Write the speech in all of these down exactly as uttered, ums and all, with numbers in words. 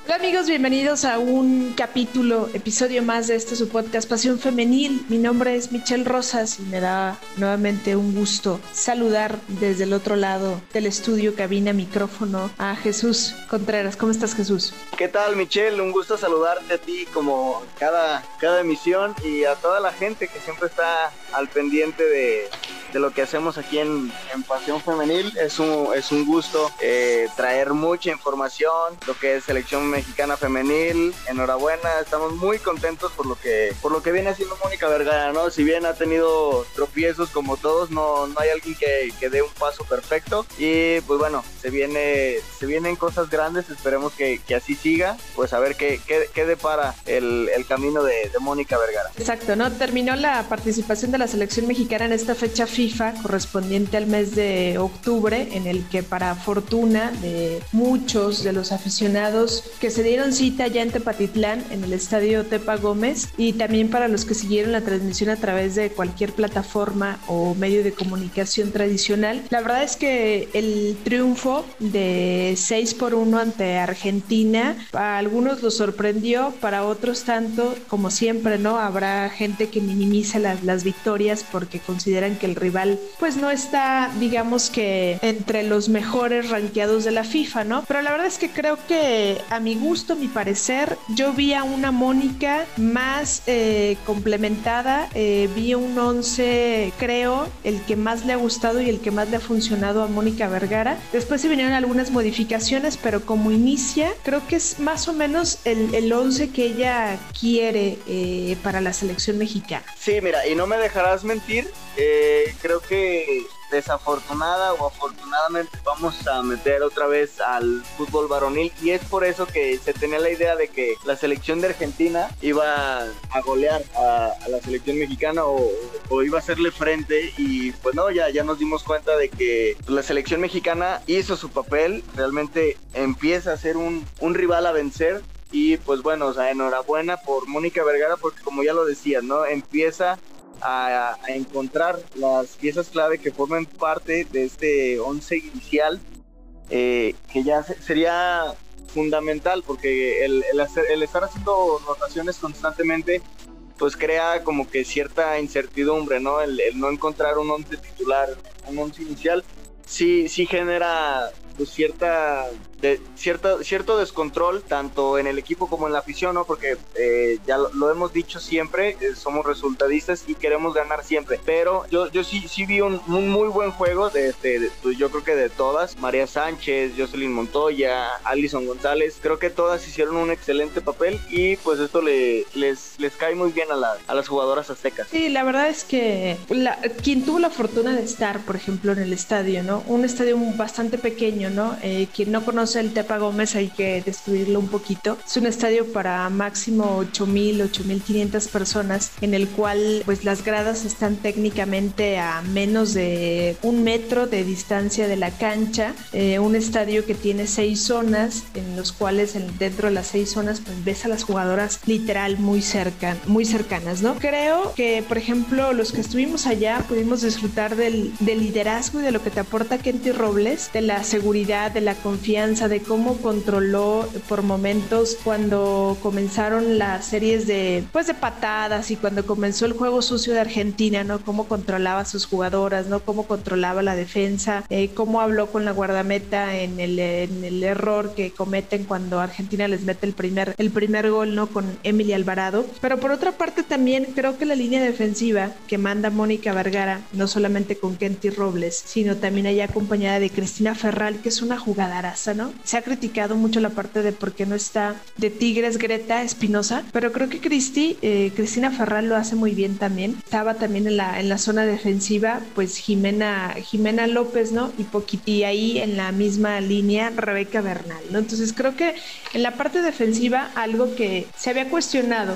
Hola amigos, bienvenidos a un capítulo, episodio más de este su podcast Pasión Femenil. Mi nombre es Michelle Rosas y me da nuevamente un gusto saludar desde el otro lado del estudio, cabina, micrófono a Jesús Contreras. ¿Cómo estás, Jesús? ¿Qué tal, Michelle? Un gusto saludarte a ti como cada, cada emisión y a toda la gente que siempre está al pendiente de, de lo que hacemos aquí en, en Pasión Femenil. Es un, es un gusto eh, traer mucha información, lo que es selección mexicana femenil. Enhorabuena, estamos muy contentos por lo que por lo que viene haciendo Mónica Vergara, ¿no? Si bien ha tenido tropiezos como todos, no, no hay alguien que, que dé un paso perfecto y pues bueno, se viene se vienen cosas grandes, esperemos que, que así siga, pues a ver qué, qué, qué depara el, el camino de, de Mónica Vergara. Exacto, ¿no? Terminó la participación de la selección mexicana en esta fecha FIFA correspondiente al mes de octubre, en el que para fortuna de muchos de los aficionados que se dieron cita ya en Tepatitlán, en el estadio Tepa Gómez, y también para los que siguieron la transmisión a través de cualquier plataforma o medio de comunicación tradicional. La verdad es que el triunfo de seis por uno ante Argentina, a algunos los sorprendió, para otros tanto, como siempre, ¿no? Habrá gente que minimiza las, las victorias porque consideran que el rival pues no está, digamos que entre los mejores rankeados de la FIFA, ¿no? Pero la verdad es que creo que a mi gusto, mi parecer, yo vi a una Mónica más eh, complementada, eh, vi un once, creo, el que más le ha gustado y el que más le ha funcionado a Mónica Vergara. Después se vinieron algunas modificaciones, pero como inicia, creo que es más o menos el, el once que ella quiere eh, para la selección mexicana. Sí, mira, y no me dejarás mentir, eh, creo que desafortunada o afortunadamente vamos a meter otra vez al fútbol varonil, y es por eso que se tenía la idea de que la selección de Argentina iba a golear a, a la selección mexicana o, o iba a hacerle frente, y pues no, ya, ya nos dimos cuenta de que la selección mexicana hizo su papel, realmente empieza a ser un, un rival a vencer. Y pues bueno, o sea, enhorabuena por Mónica Vergara, porque como ya lo decía, ¿no? Empieza a, a encontrar las piezas clave que formen parte de este once inicial, eh, que ya se, sería fundamental, porque el, el, hacer, el estar haciendo rotaciones constantemente pues crea como que cierta incertidumbre, ¿no? El, el no encontrar un once titular, un once inicial, sí, sí genera pues cierta, de, cierta, cierto descontrol tanto en el equipo como en la afición, ¿no? Porque eh, ya lo, lo hemos dicho siempre, eh, somos resultadistas y queremos ganar siempre, pero yo, yo sí, sí vi un, un muy buen juego de, de, de, pues yo creo que de todas, María Sánchez, Jocelyn Montoya, Alison González, creo que todas hicieron un excelente papel y pues esto le, les, les cae muy bien a, la, a las jugadoras aztecas. Sí, la verdad es que la, quien tuvo la fortuna de estar, por ejemplo, en el estadio, ¿no? Un estadio bastante pequeño, ¿no? Eh, quien no conoce el Tepa Gómez hay que describirlo un poquito. Es un estadio para máximo ocho mil, ocho mil quinientas personas, en el cual pues las gradas están técnicamente a menos de un metro de distancia de la cancha. Eh, un estadio que tiene seis zonas, en los cuales en, dentro de las seis zonas pues ves a las jugadoras literal muy cerca, muy cercanas, ¿no? Creo que, por ejemplo, los que estuvimos allá pudimos disfrutar del, del liderazgo y de lo que te aporta Kenty Robles, de la seguridad, de la confianza, de cómo controló por momentos cuando comenzaron las series de pues de patadas y cuando comenzó el juego sucio de Argentina, ¿no? Cómo controlaba a sus jugadoras, ¿no? Cómo controlaba la defensa, eh, cómo habló con la guardameta en el, en el error que cometen cuando Argentina les mete el primer, el primer gol, ¿no? Con Emily Alvarado. Pero por otra parte también creo que la línea defensiva que manda Mónica Vergara, no solamente con Kenty Robles, sino también allá acompañada de Cristina Ferral, que es una jugadaraza, ¿no? Se ha criticado mucho la parte de por qué no está de Tigres Greta Espinosa, pero creo que Cristi, eh, Cristina Ferral lo hace muy bien también. Estaba también en la, en la zona defensiva, pues Jimena, Jimena López, ¿no? Y, y ahí en la misma línea Rebeca Bernal, ¿no? Entonces creo que en la parte defensiva algo que se había cuestionado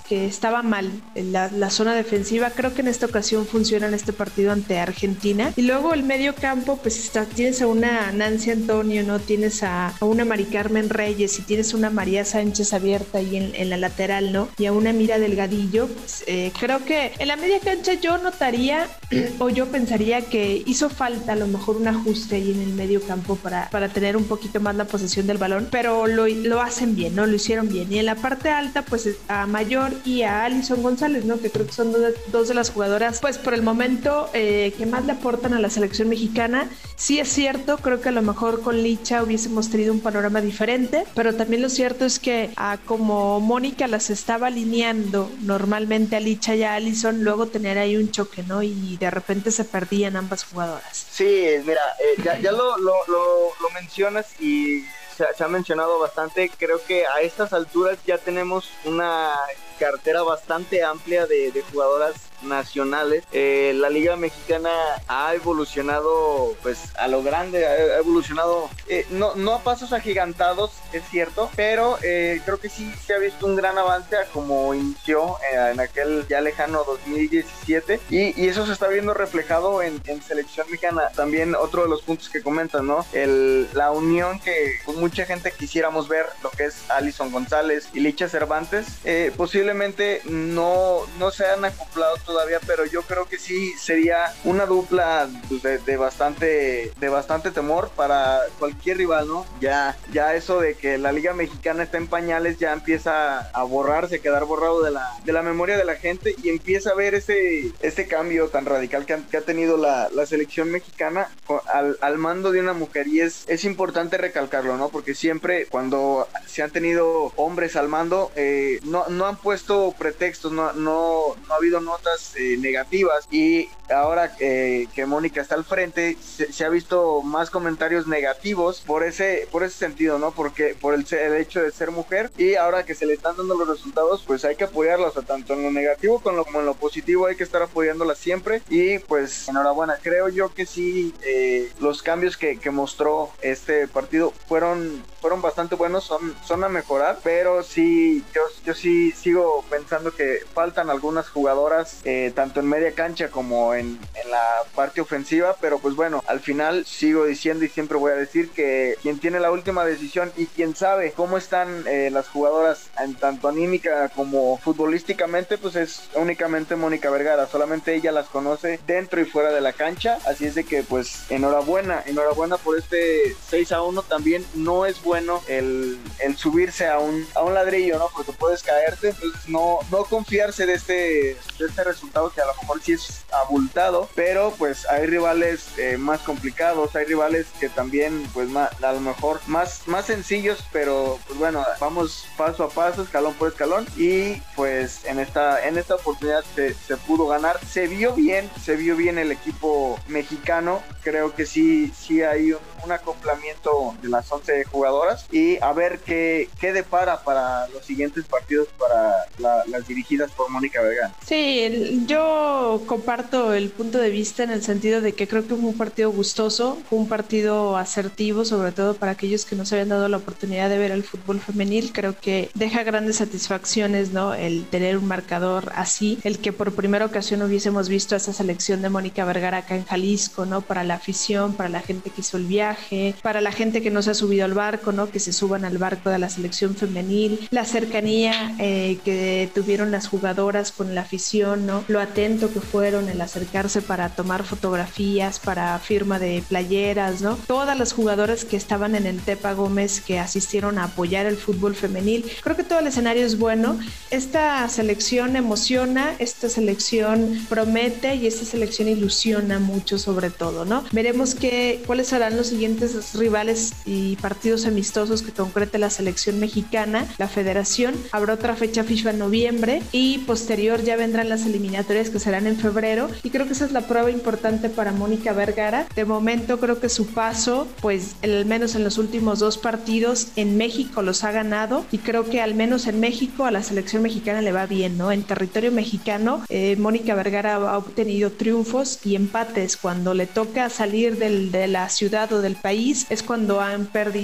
que estaba mal la, la zona defensiva. Creo que en esta ocasión funciona en este partido ante Argentina. Y luego el medio campo, pues está, tienes a una Nancy Antonio, ¿no? Tienes a, a una Mari Carmen Reyes y tienes una María Sánchez abierta ahí en, en la lateral, ¿no? Y a una Mira Delgadillo. Pues, eh, creo que en la media cancha yo notaría o yo pensaría que hizo falta a lo mejor un ajuste ahí en el medio campo para, para tener un poquito más la posesión del balón, pero lo, lo hacen bien, ¿no? Lo hicieron bien. Y en la parte alta, pues a Mayor y a Alison González, ¿no? Que creo que son dos de, dos de las jugadoras, pues por el momento eh, que más le aportan a la selección mexicana. Sí es cierto, creo que a lo mejor con Licha hubiésemos tenido un panorama diferente, pero también lo cierto es que ah, como Mónica las estaba alineando normalmente a Licha y a Alison, luego tener ahí un choque, ¿no? Y de repente se perdían ambas jugadoras. Sí, mira, eh, ya, ya lo, lo, lo, lo mencionas y se, se ha mencionado bastante. Creo que a estas alturas ya tenemos una cartera bastante amplia de, de jugadoras nacionales. Eh, la Liga Mexicana ha evolucionado pues a lo grande, ha evolucionado eh, no, no a pasos agigantados, es cierto, pero eh, creo que sí se ha visto un gran avance a como inició eh, en aquel ya lejano dos mil diecisiete y, y eso se está viendo reflejado en, en selección mexicana. También otro de los puntos que comentan, ¿no? El, la unión que pues, mucha gente quisiéramos ver, lo que es Alison González y Licha Cervantes, eh, posiblemente no, no se han acoplado todavía, pero yo creo que sí sería una dupla de, de bastante de bastante temor para cualquier rival, ¿no? Ya, ya eso de que la Liga Mexicana está en pañales ya empieza a borrarse, a quedar borrado de la, de la memoria de la gente y empieza a ver ese, ese cambio tan radical que ha, que ha tenido la, la selección mexicana al, al mando de una mujer, y es, es importante recalcarlo, ¿no? Porque siempre cuando se han tenido hombres al mando, eh, no, no han puesto pretextos, no, no, no ha habido notas eh, negativas, y ahora eh, que Mónica está al frente se, se ha visto más comentarios negativos por ese por ese sentido, ¿no? Porque por el, el hecho de ser mujer, y ahora que se le están dando los resultados, pues hay que apoyarla, o sea, tanto en lo negativo como en lo positivo hay que estar apoyándola siempre. Y pues enhorabuena, creo yo que sí, eh, los cambios que, que mostró este partido fueron fueron bastante buenos, son, son a mejorar, pero sí, yo, yo sí sigo pensando que faltan algunas jugadoras, eh, tanto en media cancha como en, en la parte ofensiva, pero pues bueno, al final sigo diciendo y siempre voy a decir que quien tiene la última decisión y quien sabe cómo están eh, las jugadoras en tanto anímica como futbolísticamente, pues es únicamente Mónica Vergara. Solamente ella las conoce dentro y fuera de la cancha, así es de que pues enhorabuena, enhorabuena por este seis a uno. También no es bueno el, el subirse a un, a un ladrillo, ¿no? Porque puedes caerte, entonces no, no confiarse de este, de este resultado, que a lo mejor sí es abultado, pero pues hay rivales eh, más complicados, hay rivales que también pues más, a lo mejor más, más sencillos, pero pues bueno, vamos paso a paso, escalón por escalón, y pues en esta, en esta oportunidad se, se pudo ganar, se vio bien, se vio bien el equipo mexicano. Creo que sí, sí hay un, un acoplamiento de las once jugadoras, y a ver qué, qué depara para los siguientes partidos para la, las dirigidas por Mónica Vergara. Sí, el, yo comparto el punto de vista en el sentido de que creo que fue un partido gustoso, fue un partido asertivo, sobre todo para aquellos que no se habían dado la oportunidad de ver el fútbol femenil. Creo que deja grandes satisfacciones, ¿no? El tener un marcador así, el que por primera ocasión hubiésemos visto a esa selección de Mónica Vergara acá en Jalisco, ¿no? Para la afición, para la gente que hizo el viaje, para la gente que no se ha subido al barco, ¿no? Que se suban al barco de la selección femenil, la cercanía eh, que tuvieron las jugadoras con la afición, ¿no? Lo atento que fueron el acercarse para tomar fotografías, para firma de playeras, ¿no? Todas las jugadoras que estaban en el Tepa Gómez, que asistieron a apoyar el fútbol femenil. Creo que todo el escenario es bueno. Esta selección emociona, esta selección promete y esta selección ilusiona mucho, sobre todo, ¿no? Veremos que, cuáles serán los siguientes rivales y partidos amistosos que concrete la selección mexicana. La federación habrá otra fecha FIFA en noviembre y posterior ya vendrán las eliminatorias que serán en febrero, y creo que esa es la prueba importante para Mónica Vergara. De momento creo que su paso, pues al menos en los últimos dos partidos en México los ha ganado, y creo que al menos en México a la selección mexicana le va bien, ¿no? En territorio mexicano eh, Mónica Vergara ha obtenido triunfos y empates. Cuando le toca salir del, de la ciudad o del país es cuando han perdido ante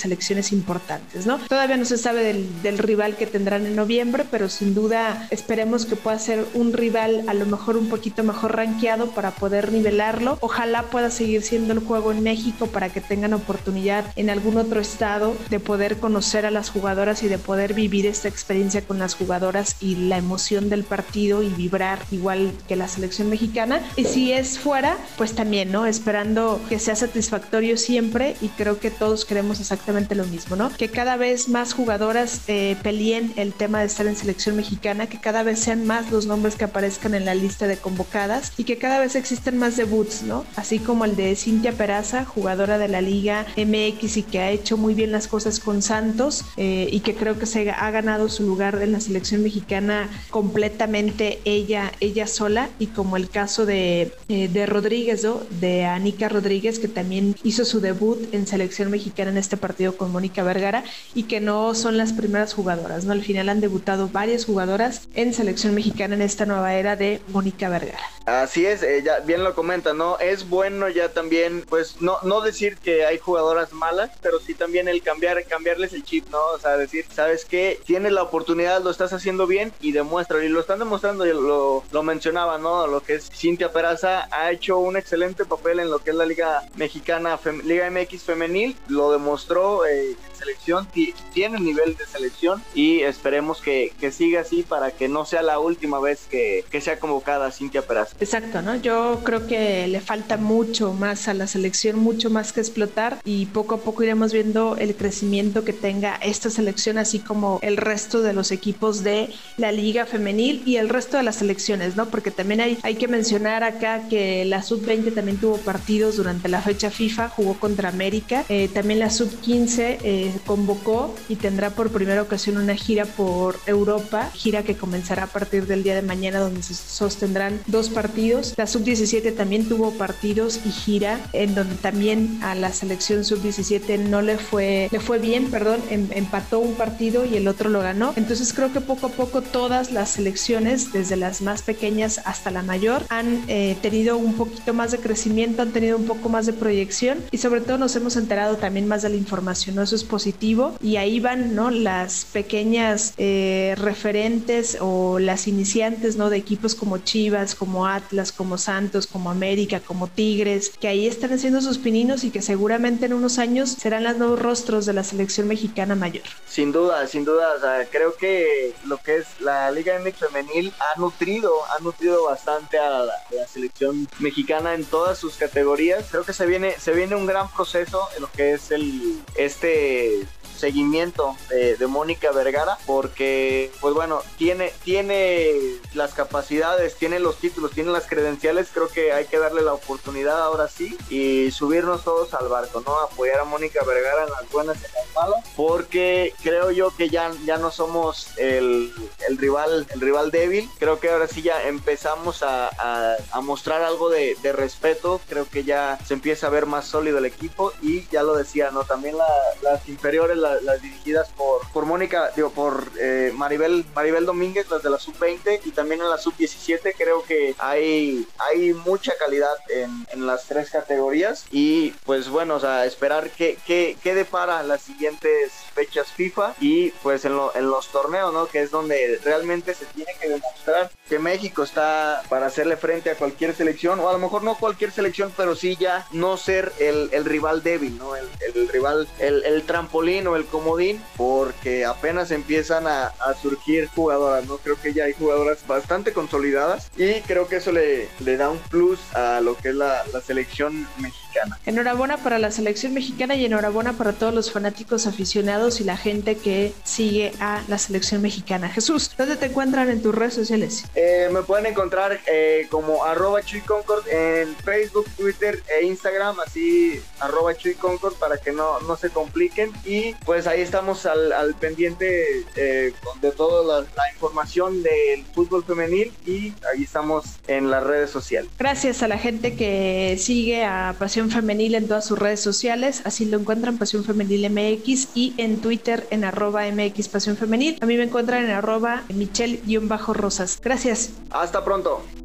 selecciones importantes, ¿no? Todavía no se sabe del, del rival que tendrán en noviembre, pero sin duda esperemos que pueda ser un rival a lo mejor un poquito mejor rankeado para poder nivelarlo. Ojalá pueda seguir siendo el juego en México para que tengan oportunidad en algún otro estado de poder conocer a las jugadoras y de poder vivir esta experiencia con las jugadoras y la emoción del partido y vibrar igual que la selección mexicana. Y si es fuera, pues también, ¿no? Esperando que sea satisfactorio siempre, y creo que todos queremos exactamente lo mismo, ¿no? Que cada vez más jugadoras eh, peleen el tema de estar en selección mexicana, que cada vez sean más los nombres que aparezcan en la lista de convocadas y que cada vez existen más debuts, ¿no? Así como el de Cintia Peraza, jugadora de la Liga M X y que ha hecho muy bien las cosas con Santos eh, y que creo que se ha ganado su lugar en la selección mexicana completamente ella, ella sola, y como el caso de, eh, de Rodríguez, ¿no? De Anica Rodríguez, que también hizo su debut en selección mexicana en este partido con Mónica Vergara, y que no son las primeras jugadoras, ¿no? Al final han debutado varias jugadoras en selección mexicana en esta nueva era de Mónica Vergara. Así es, eh, ya bien lo comenta, ¿no? Es bueno ya también, pues, no, no decir que hay jugadoras malas, pero sí también el cambiar, cambiarles el chip, ¿no? O sea, decir, ¿sabes qué? Tienes la oportunidad, lo estás haciendo bien y demuestra, y lo están demostrando, y lo, lo mencionaba, ¿no? Lo que es Cintia Peraza ha hecho un excelente papel en lo que es la Liga Mexicana, Fem- Liga M X Femenil, lo demostró eh, en selección, t- tiene nivel de selección, y esperemos que, que siga así para que no sea la última vez que, que sea convocada Cintia Peraza. Exacto, ¿no? Yo creo que le falta mucho más a la selección, mucho más que explotar, y poco a poco iremos viendo el crecimiento que tenga esta selección, así como el resto de los equipos de la Liga Femenil y el resto de las selecciones, ¿no? Porque también hay, hay que mencionar acá que la sub veinte también tuvo partidos durante la fecha FIFA, jugó contra América, eh, también la sub quince eh, convocó y tendrá por primera ocasión una gira por Europa, gira que comenzará a partir del día de mañana, donde se sostendrán dos partidos. La sub diecisiete también tuvo partidos y gira, en donde también a la selección sub diecisiete no le fue, le fue bien, perdón, em, empató un partido y el otro lo ganó. Entonces creo que poco a poco todas las selecciones, desde las más pequeñas hasta la mayor, han eh, tenido un poquito más de crecimiento, han tenido un poco más de proyección, y sobre todo nos hemos enterado también más de la información, ¿no? Eso es positivo, y ahí van, ¿no? Las pequeñas eh, referentes o las iniciantes, ¿no? De equipos como Chivas, como Atlas, como Santos, como América, como Tigres, que ahí están haciendo sus pininos y que seguramente en unos años serán los nuevos rostros de la selección mexicana mayor. Sin duda, sin duda, o sea, creo que lo que es la Liga M X femenil ha nutrido, ha nutrido bastante a la, a la selección mexicana en todas sus categorías. Creo que se viene, se viene un gran proceso en lo que es el este seguimiento de, de Mónica Vergara, porque pues bueno, tiene, tiene las capacidades, tiene los títulos, tiene las credenciales. Creo que hay que darle la oportunidad ahora sí y subirnos todos al barco, ¿no? Apoyar a Mónica Vergara en las buenas y en las malas, porque creo yo que ya, ya no somos el, el rival el rival débil. Creo que ahora sí ya empezamos a, a, a mostrar algo de, de respeto. Creo que ya se empieza a ver más sólido el equipo, y ya lo decía, ¿no? También la, las inferiores, la, las dirigidas por, por Mónica, digo, por eh, Maribel, Maribel Domínguez, las de la sub veinte, y también en la sub diecisiete. Creo que hay, hay mucha calidad en, en las tres categorías, y pues bueno, o sea, esperar qué que, que depara las siguientes fechas FIFA, y pues en, lo, en los torneos, ¿no? Que es donde realmente se tiene que demostrar que México está para hacerle frente a cualquier selección, o a lo mejor no cualquier selección, pero sí ya no ser el, el rival débil, ¿no? El, el rival, el, el trampolín o el comodín, porque apenas empiezan a, a surgir jugadoras, ¿no? Creo que ya hay jugadoras bastante consolidadas, y creo que eso le, le da un plus a lo que es la, la selección mexicana. Enhorabuena para la selección mexicana y enhorabuena para todos los fanáticos aficionados y la gente que sigue a la selección mexicana. Jesús, ¿dónde te encuentran en tus redes sociales? Eh, me pueden encontrar eh, como arroba Chuy Concord en Facebook, Twitter e Instagram, así arroba Chuy Concord, para que no, no se compliquen, y pues ahí estamos al, al pendiente eh, de toda la, la información del fútbol femenil, y ahí estamos en las redes sociales. Gracias a la gente que sigue a Pasión Femenil en todas sus redes sociales, así lo encuentran, Pasión Femenil M X, y en Twitter en arroba M X Pasión Femenil. A mí me encuentran en arroba Michelle-Rosas. Gracias. Hasta pronto.